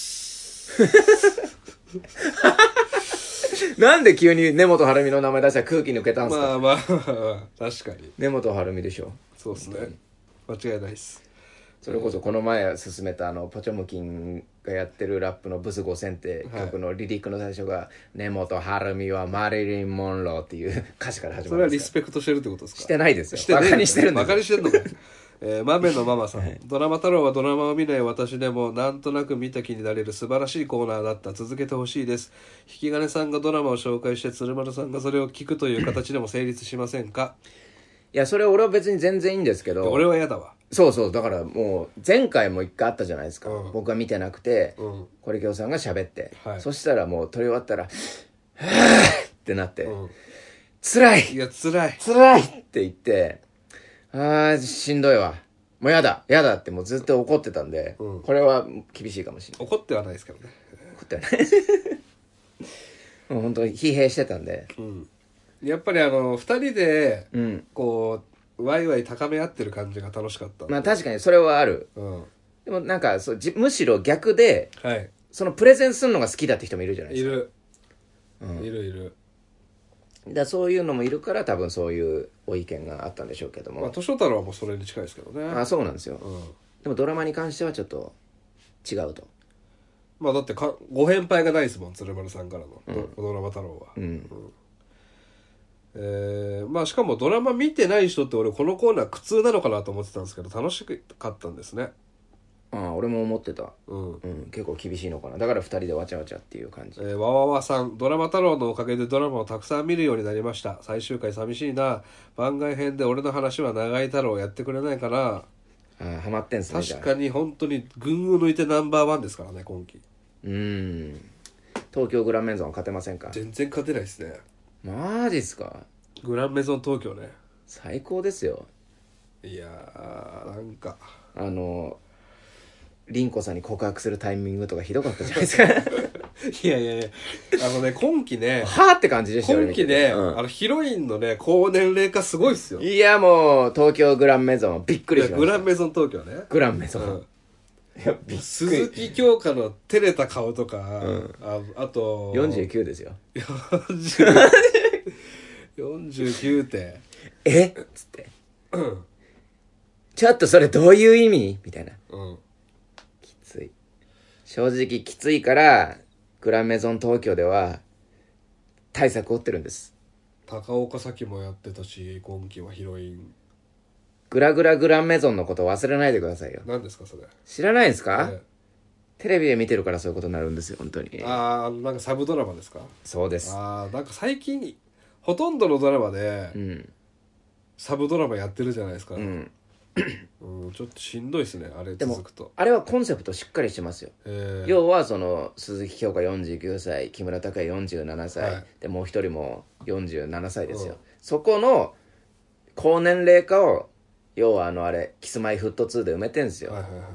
なんで急に根本晴美の名前出したら空気抜けたんすか？ まあまあ確かに根本晴美でしょ。 そうですね、間違いないっす。 それこそこの前進めたあのポチョムキンがやってるラップのブスごせんって曲のリリックの最初が、はい、根本晴美はマリリン・モンローっていう歌詞から始まるんですか。 それはリスペクトしてるってことですか？ してないですよ。 してねえ、 バカにしてるんですよ。 バカにしてんのかえー、豆のママさん、はい、ドラマ太郎はドラマを見ない私でもなんとなく見た気になれる素晴らしいコーナーだった。続けてほしいです。引き金さんがドラマを紹介して鶴丸さんがそれを聞くという形でも成立しませんか？ いやそれ俺は別に全然いいんですけど、 俺は嫌だわ。 そうそう、だからもう前回も一回あったじゃないですか、うん、僕が見てなくて、うん、コリキョウさんが喋って、はい、そしたらもう撮り終わったらはぁってなって、うん、辛いいや辛い辛いって言って、あーしんどいわ、もうやだやだってもうずっと怒ってたんで、うん、これは厳しいかもしれない。 怒ってはないですけどね。 怒ってはないもう本当に疲弊してたんで、うん、 やっぱりあのふたりでこう、うん、ワイワイ高め合ってる感じが楽しかった。 まあ確かにそれはある、うん、でもなんかそうじむしろ逆で、はい、そのプレゼンするのが好きだって人もいるじゃないですか。 いる、うん、いるいる。 だそういうのもいるから多分そういうお意見があったんでしょうけども、 まあ図書太郎はもうそれに近いですけどね。 あそうなんですよ、うん、でもドラマに関してはちょっと違うと。 まあだってかご返杯がないですもん、鶴丸さんからの、うん、ドラマ太郎は、うんうん、えー、まあしかもドラマ見てない人って俺このコーナー苦痛なのかなと思ってたんですけど楽しかったんですね。 ああ俺も思ってた、うんうん、結構厳しいのかな。だからふたりでわちゃわちゃっていう感じ。 えー、わわわさん、ドラマ太郎のおかげでドラマをたくさん見るようになりました。最終回寂しいな。番外編で俺の話は長い太郎やってくれないかな。ああハマってんすね。 確かに本当に群を抜いてナンバーワンですからね今期。 うん東京グランメゾンは勝てませんか？ 全然勝てないですね。 マジっすか？ グランメゾン東京ね最高ですよ。 いやーなんかあの凛子さんに告白するタイミングとかひどかったじゃないですかいやいやいやあのね今期ねはーって感じでしたよ今期ね、うん、あのヒロインのね高年齢化すごいっすよ。 いやもう東京グランメゾンびっくりしました。 グランメゾン東京ねグランメゾン、うん、いや鈴木京香の照れた顔とか、うん、あ, あとよんじゅうきゅうですよよんじゅうきゅうってえっつって、うん、ちょっとそれどういう意味みたいな、うんきつい。正直きついからグランメゾン東京では対策を打ってるんです。 高岡早紀もやってたし今期はヒロイン。 グラグラグランメゾンのこと忘れないでくださいよ。 何ですかそれ。 知らないんですか、ええ、テレビで見てるからそういうことになるんですよ本当に。 ああなんかサブドラマですか。 そうです。 ああなんか最近ほとんどのドラマで、うん、サブドラマやってるじゃないですか、うんうん、ちょっとしんどいですねあれ続くと。 でもあれはコンセプトしっかりしてますよ。要はその鈴木京香よんじゅうきゅうさい木村拓哉よんじゅうななさい、はい、でもう一人もよんじゅうななさいですよ、うん、そこの高年齢化を要はあのあれキスマイフットツーで埋めてんすよ、はいはいはい、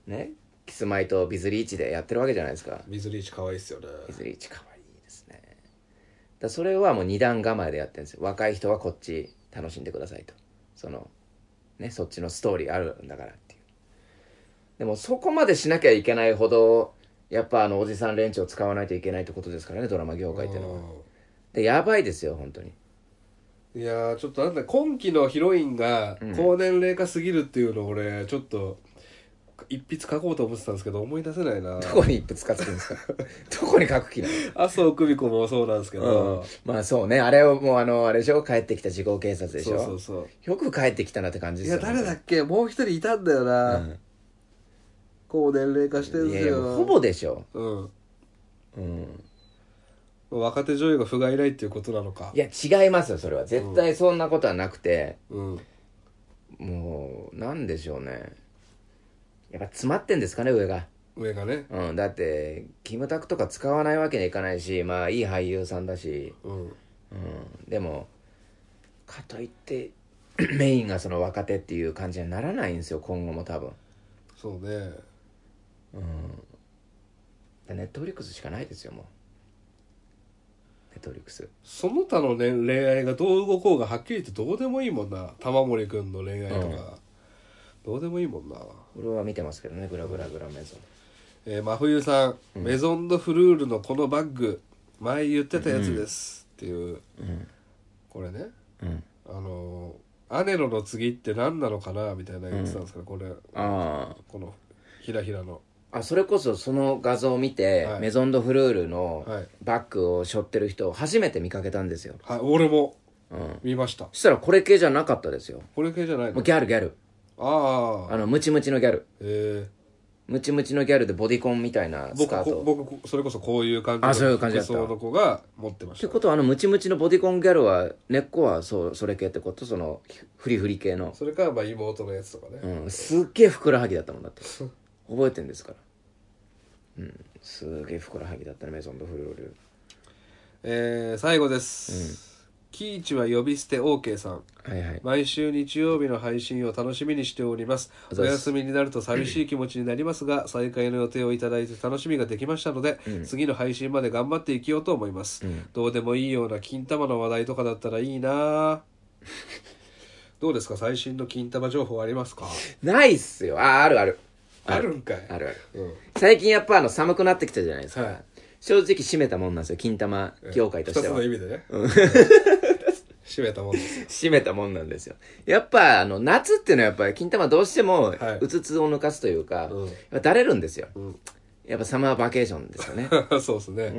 ねキスマイとビズリーチでやってるわけじゃないですか。 ビズリーチ可愛いっすよね。 ビズリーチ可愛いですね。だそれはもう二段構えでやってるんですよ。若い人はこっち楽しんでくださいと、そのねそっちのストーリーあるんだからっていう。でもそこまでしなきゃいけないほどやっぱあのおじさん連中を使わないといけないってことですからねドラマ業界っていうのは。でやばいですよ本当に。 いやーちょっとなんだ今期のヒロインが高年齢化すぎるっていうのを俺ちょっと一筆書こうと思ってたんですけど思い出せないな。 どこに一筆書くんですかどこに書く気なの。 麻生久美子もそうなんですけど、 うん、まあそうねあれをもうあのあれでしょ帰ってきた時効警察でしょ。そうそうそうよく帰ってきたなって感じですよ。 いや誰だっけもう一人いたんだよな、うん、高年齢化してるんですよ。いやいやほぼでしょ。 うんうん若手女優が不甲斐ないっていうことなのか。 いや違いますよそれは絶対そんなことはなくて、うん、もうなんでしょうねやっぱ詰まってんですかね上が上がね、 うん、だってキムタクとか使わないわけにはいかないしまあいい俳優さんだし、うんうん、でもかといってメインがその若手っていう感じにはならないんですよ今後も多分。 そうね。 うん。ネットフリックスしかないですよもう。ネットフリックス。 その他の、ね、恋愛がどう動こうがはっきり言ってどうでもいいもんな。玉森くんの恋愛とか、うん、どうでもいいもんな。 俺は見てますけどね、グラグラグラメゾン。 えー、真冬さん、うん、メゾンドフルールのこのバッグ前言ってたやつです、うん、っていう、うん、これね、うん、あのアネロの次って何なのかなみたいな言ってたんですけど、うん、これあこのひらひらのあそれこそその画像を見て、はい、メゾンドフルールのバッグを背負ってる人を初めて見かけたんですよ。 はい、俺も、うん、見ました。 そしたらこれ系じゃなかったですよ。 これ系じゃないの？ もうギャルギャル。 あああのムチムチのギャル。 へえ。 ムチムチのギャルでボディコンみたいなスカート。 僕、僕それこそこういう感じの服装の子が持ってました。 ってことはあのムチムチのボディコンギャルは根っこはそうそれ系ってこと？そのフリフリ系の。 それかまあ妹のやつとかね。 うん、すっげえふくらはぎだったもんだって。覚えてんですから。うん、すげえふくらはぎだったねメゾンドフルール。 えー、最後です。うんキーチは呼び捨て OK さん、はいはい、毎週日曜日の配信を楽しみにしております。お休みになると寂しい気持ちになりますが再開の予定をいただいて楽しみができましたので、うん、次の配信まで頑張っていきようと思います、うん、どうでもいいような金玉の話題とかだったらいいなどうですか最新の金玉情報ありますか？ ないっすよ。あ、あるあるあるんかい。あるある、うん、最近やっぱあの寒くなってきたじゃないですか、はい、正直締めたもんなんですよ金玉業界としては。 ふたつの意味でね、うん締めたもんです締めたもんなんですよ。やっぱあの夏っていうのはやっぱり金玉どうしてもうつつを抜かすというか、はい、だれるんですよ、うん、やっぱサマーバケーションですよねそうですね、うん、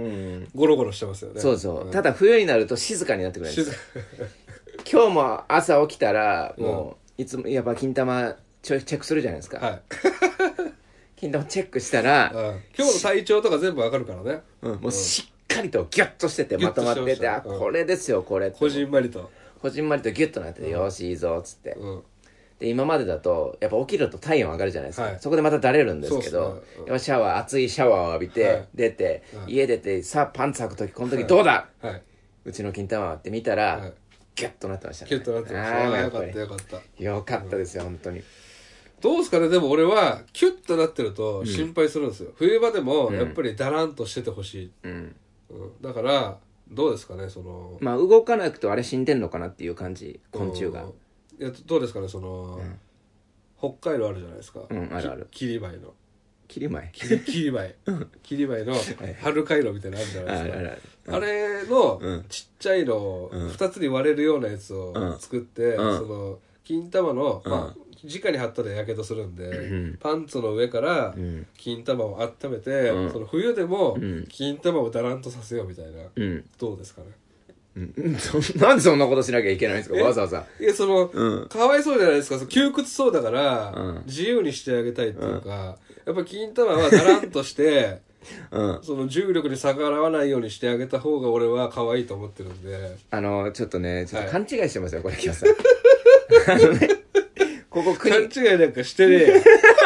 ゴロゴロしてますよね。 そうそう、うん、ただ冬になると静かになってくるんですよ今日も朝起きたらもう、うん、いつもやっぱ金玉チェックするじゃないですか、はい、金玉チェックしたら、うん、 今日の体調とか全部わかるからね、 うん、もうしっしっかりとギュッとしててまとまってて、あ、これですよこれこじんまりとこじんまりとギュッとなってて、うん、よしいいぞっつって、うん、で今までだとやっぱ起きると体温上がるじゃないですか、はい、そこでまただれるんですけど、ね、うん、やっぱシャワー熱いシャワーを浴びて、はい、出て、はい、家出てさあパンツ履く時この時どうだ、はい、うちの金玉はって見たら、はい、ギュッとなってましたね。 ギュッとなってました。ああよかったよかったよかったですよ、うん、本当に。 どうですかね。でも俺はキュッとなってると心配するんですよ、うん、冬場でもやっぱりダランとしててほしい、うんうん、だからどうですかねそのまあ動かなくてあれ死んでんのかなっていう感じ昆虫が。 いやどうですかねその、うん、北海道あるじゃないですか、 うん、あるある霧舞の霧舞霧舞霧舞の春回路みたいなのあるじゃないですか、あ, あ, あ, あれのちっちゃいのをふたつに割れるようなやつを作って、うん、その金玉の、うん、まあ直に貼ったらやけどするんで、うん、パンツの上から金玉を温めて、うん、その冬でも金玉をダランとさせようみたいな、うん、どうですかね、 うん、なんでそんなことしなきゃいけないんですかわざわざ。 いやその、うん、かわいそうじゃないですか窮屈そうだから、うん、自由にしてあげたいっていうか、うん、やっぱ金玉はダランとしてうん、その重力に逆らわないようにしてあげた方が俺は可愛いと思ってるんで。 あのちょっとねちょっと勘違いしてますよ、はい、これキヨさんあのねここ勘違いなんかしてねえよ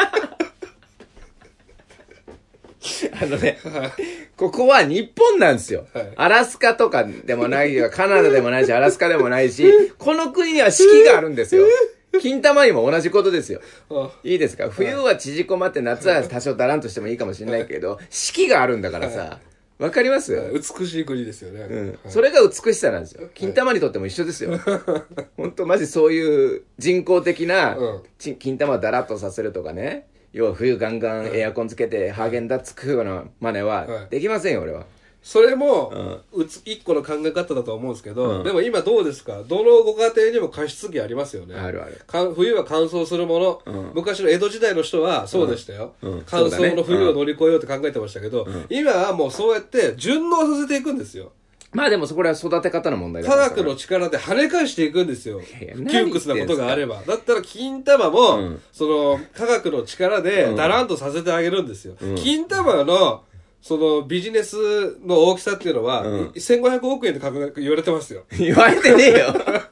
あのね、ここは日本なんですよ、はい、アラスカとかでもないよカナダでもないしアラスカでもないしこの国には四季があるんですよ。金玉にも同じことですよ。いいですか、冬は縮こまって夏は多少ダランとしてもいいかもしれないけど四季があるんだからさ、わかります？ 美しい国ですよね、うん、 それが美しさなんですよ。金玉にとっても一緒ですよ本当マジそういう人工的な金玉をダラッとさせるとかね、要は冬ガンガンエアコンつけてハーゲンダッツ食うような真似はできませんよ俺は。 それも、うん、一個の考え方だと思うんですけど、うん、でも今どうですか、どのご家庭にも加湿器ありますよね。 あるある。 冬は乾燥するもの、うん、昔の江戸時代の人はそうでしたよ、うんうん、乾燥の冬を乗り越えようって考えてましたけど、うん、今はもうそうやって順応させていくんですよ。 まあでもそこらは育て方の問題だから科学の力で跳ね返していくんですよ。窮屈なことがあれば。だったら金玉も、うん、その科学の力でダランとさせてあげるんですよ、うん、金玉のそのビジネスの大きさっていうのは、うん、せんごひゃくおくえんって言われてますよ。 言われてねえよ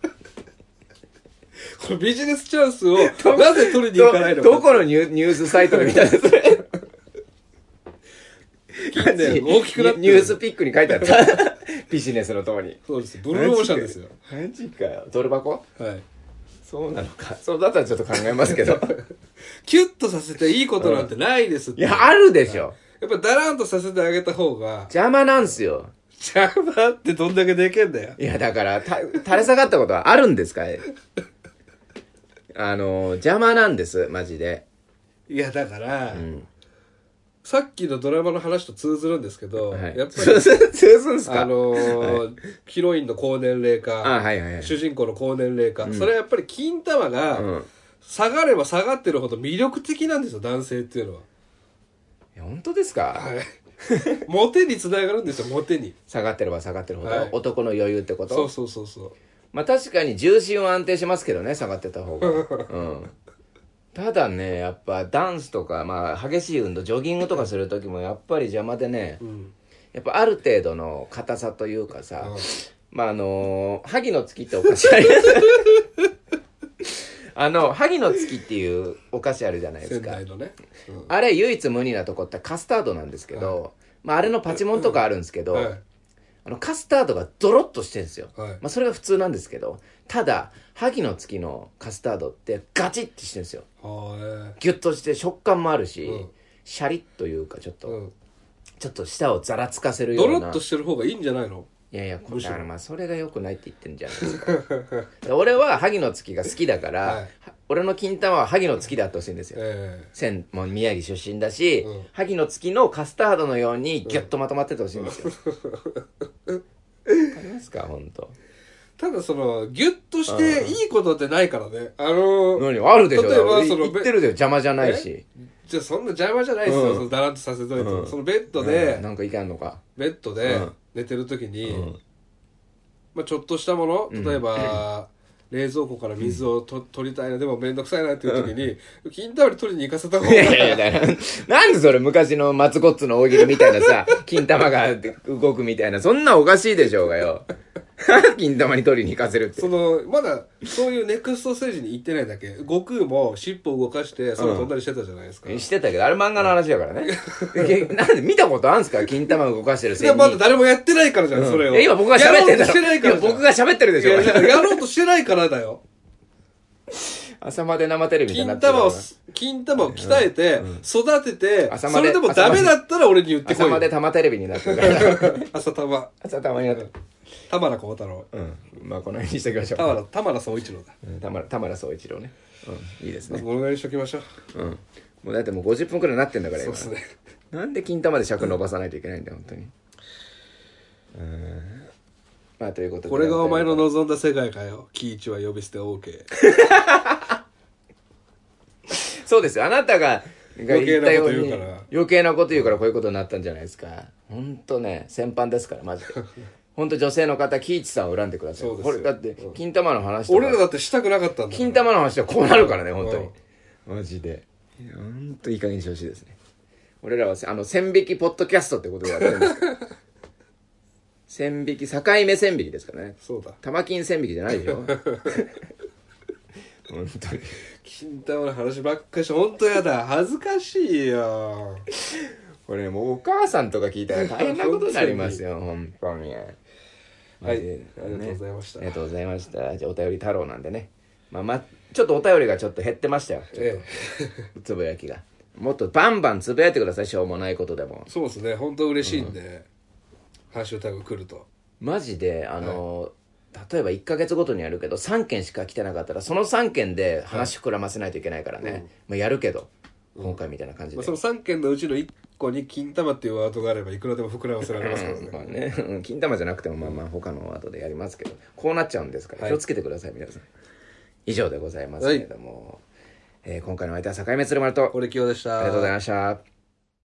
このビジネスチャンスをなぜ取りに行かないのか。 ど, どこのニュースサイトで見たんですか近年大きくなってニュースピックに書いてあったビジネスのともに。 そうです。ブルーオーシャンですよ。 マジかよ。ドル箱？ はい。 そうなのか。そうだったらちょっと考えますけど。 キュッとさせていいことなんてないですって。 いや、あるでしょ。 やっぱダランとさせてあげた方が。 邪魔なんすよ。 邪魔ってどんだけでけんだよ。 いや、だから、た、垂れ下がったことはあるんですかあの、邪魔なんです、マジで。 いや、だから、うん、さっきのドラマの話と通ずるんですけど、はい、やっぱり、 通ずんすかあのーはい、ヒロインの高年齢化、 あ、はいはいはい、 主人公の高年齢化、うん、それはやっぱり金玉が、うん、下がれば下がってるほど魅力的なんですよ、男性っていうのは。 いや、本当ですか？ はい。モテにつながるんですよ、モテに。 下がってれば下がってるほど、はい、男の余裕ってこと？ そうそうそうそう。 まあ確かに重心は安定しますけどね、下がってた方が。うん。ただね、やっぱダンスとか、まあ激しい運動、ジョギングとかするときもやっぱり邪魔でね、うん、やっぱある程度の硬さというかさ、うん、まああのー、萩の月ってお菓子ありますあの、萩の月っていうお菓子あるじゃないですか。 仙台のね。 うん、あれ唯一無二なとこってカスタードなんですけど、はい、まああれのパチモンとかあるんですけど、はい、あのカスタードがドロッとしてるんですよ。はい、まあそれが普通なんですけど、ただ、萩の月のカスタードってガチッてしてるんですよ。ギュッとして食感もあるし、うん、シャリッというかちょっと、うん、ちょっと舌をざらつかせるような。 ドロッとしてる方がいいんじゃないの？ いやいや、これだからまあそれが良くないって言ってるんじゃないですか。俺は萩の月が好きだから、はい、俺の金玉は萩の月であってほしいんですよ。えー、仙もう宮城出身だし、うん、萩の月のカスタードのようにギュッとまとまっててほしいんですよ。わ、うん、かりますか本当。 ただそのギュッとしていいことってないからね。あのー、何あるでしょ。例えばその言ってるで邪魔じゃないし。 じゃあそんな邪魔じゃないですよ。うん、そのダランとさせといて、うん、そのベッドで、 うん、なんかいかんのか。 ベッドで寝てる時に、うん、まあちょっとしたもの、例えば、うん、冷蔵庫から水をと、うん、取りたいな、でもめんどくさいなっていう時に、うん、金玉に取りに行かせた方がいい。いやいやいや、 なんでそれ昔の松ゴッツの大喜利みたいなさ、金玉が動くみたいな、そんなおかしいでしょうがよ。金玉に取りに行かせるって。 その、まだ、そういうネクストステージに行ってないだけ。悟空も尻尾を動かして、空飛んだりしてたじゃないですか。 うん、してたけど、あれ漫画の話だからね。なんで見たことあるんですか金玉動かしてる仙人。いや、まだ誰もやってないからじゃん、うん、それを。 いや、今僕が喋ってるだろ。 してないから。いや、 僕が喋ってるでしょ。 いや、やろうとしてないからだよ。 朝まで生テレビみたいになってる。金玉を、金玉を鍛えて、うん、育てて、朝まで、それでもダメだったら俺に言ってこいよ。 朝まで生テレビになってるから。 朝玉。 朝玉になってる。 田原幸太郎。 うん。まあこの辺にしておきましょう。 田原、田原総一郎だ。 うん、田原、田原総一郎ね。うん。いいですね。 このぐらいにしときましょう。 うん。もうだってもうごじゅっぷんくらいなってんだから今。そうですね。 なんで金玉で尺伸ばさないといけないんだよ、本当に。うん。まあということで。 これがお前の望んだ世界かよ。喜一は呼び捨て OK。 そうですよ。あなたが、 余計なこと言うから。 余計なこと言うからこういうことになったんじゃないですか。ほんとね、先般ですから、マジで。ほんと女性の方、喜一さんを恨んでください。そうですよ。これだって、金玉の話とか。 俺らだってしたくなかったんだ。 金玉の話はこうなるからね、ほんとに。マジで。ほんといい加減にしてほしいですね。俺らは、あの、線引きポッドキャストってことでやってるんですけど。線引き、境目線引きですからね。 そうだ。 玉金線引きじゃないでしょ。本当に金玉の話ばっかし、本当やだ、恥ずかしいよ。 これもうお母さんとか聞いたら大変なことになりますよ。本当に。はい、 ありがとうございました。 ありがとうございました。じゃあお便り太郎なんでね、まあまちょっとお便りがちょっと減ってましたよ。ええ、つぶやきがもっとバンバンつぶやいてください。しょうもないことでも。 そうですね、本当嬉しいんで、うん、ハッシュタグ来るとマジであの、はい、例えばいっかげつごとにやるけどさんけんしか来てなかったらそのさんけんで話膨らませないといけないからね、はい、まあ、やるけど、うん、今回みたいな感じで、まあ、 そのさんけんのうちのいっこに金玉っていうワードがあればいくらでも膨らませられますからね。まあね、金玉じゃなくてもまあまあ他のワードでやりますけど、こうなっちゃうんですから、はい、気をつけてください皆さん。以上でございますけれども、はい、えー、今回の相手は境目鶴丸とこれきよでした。 ありがとうございました。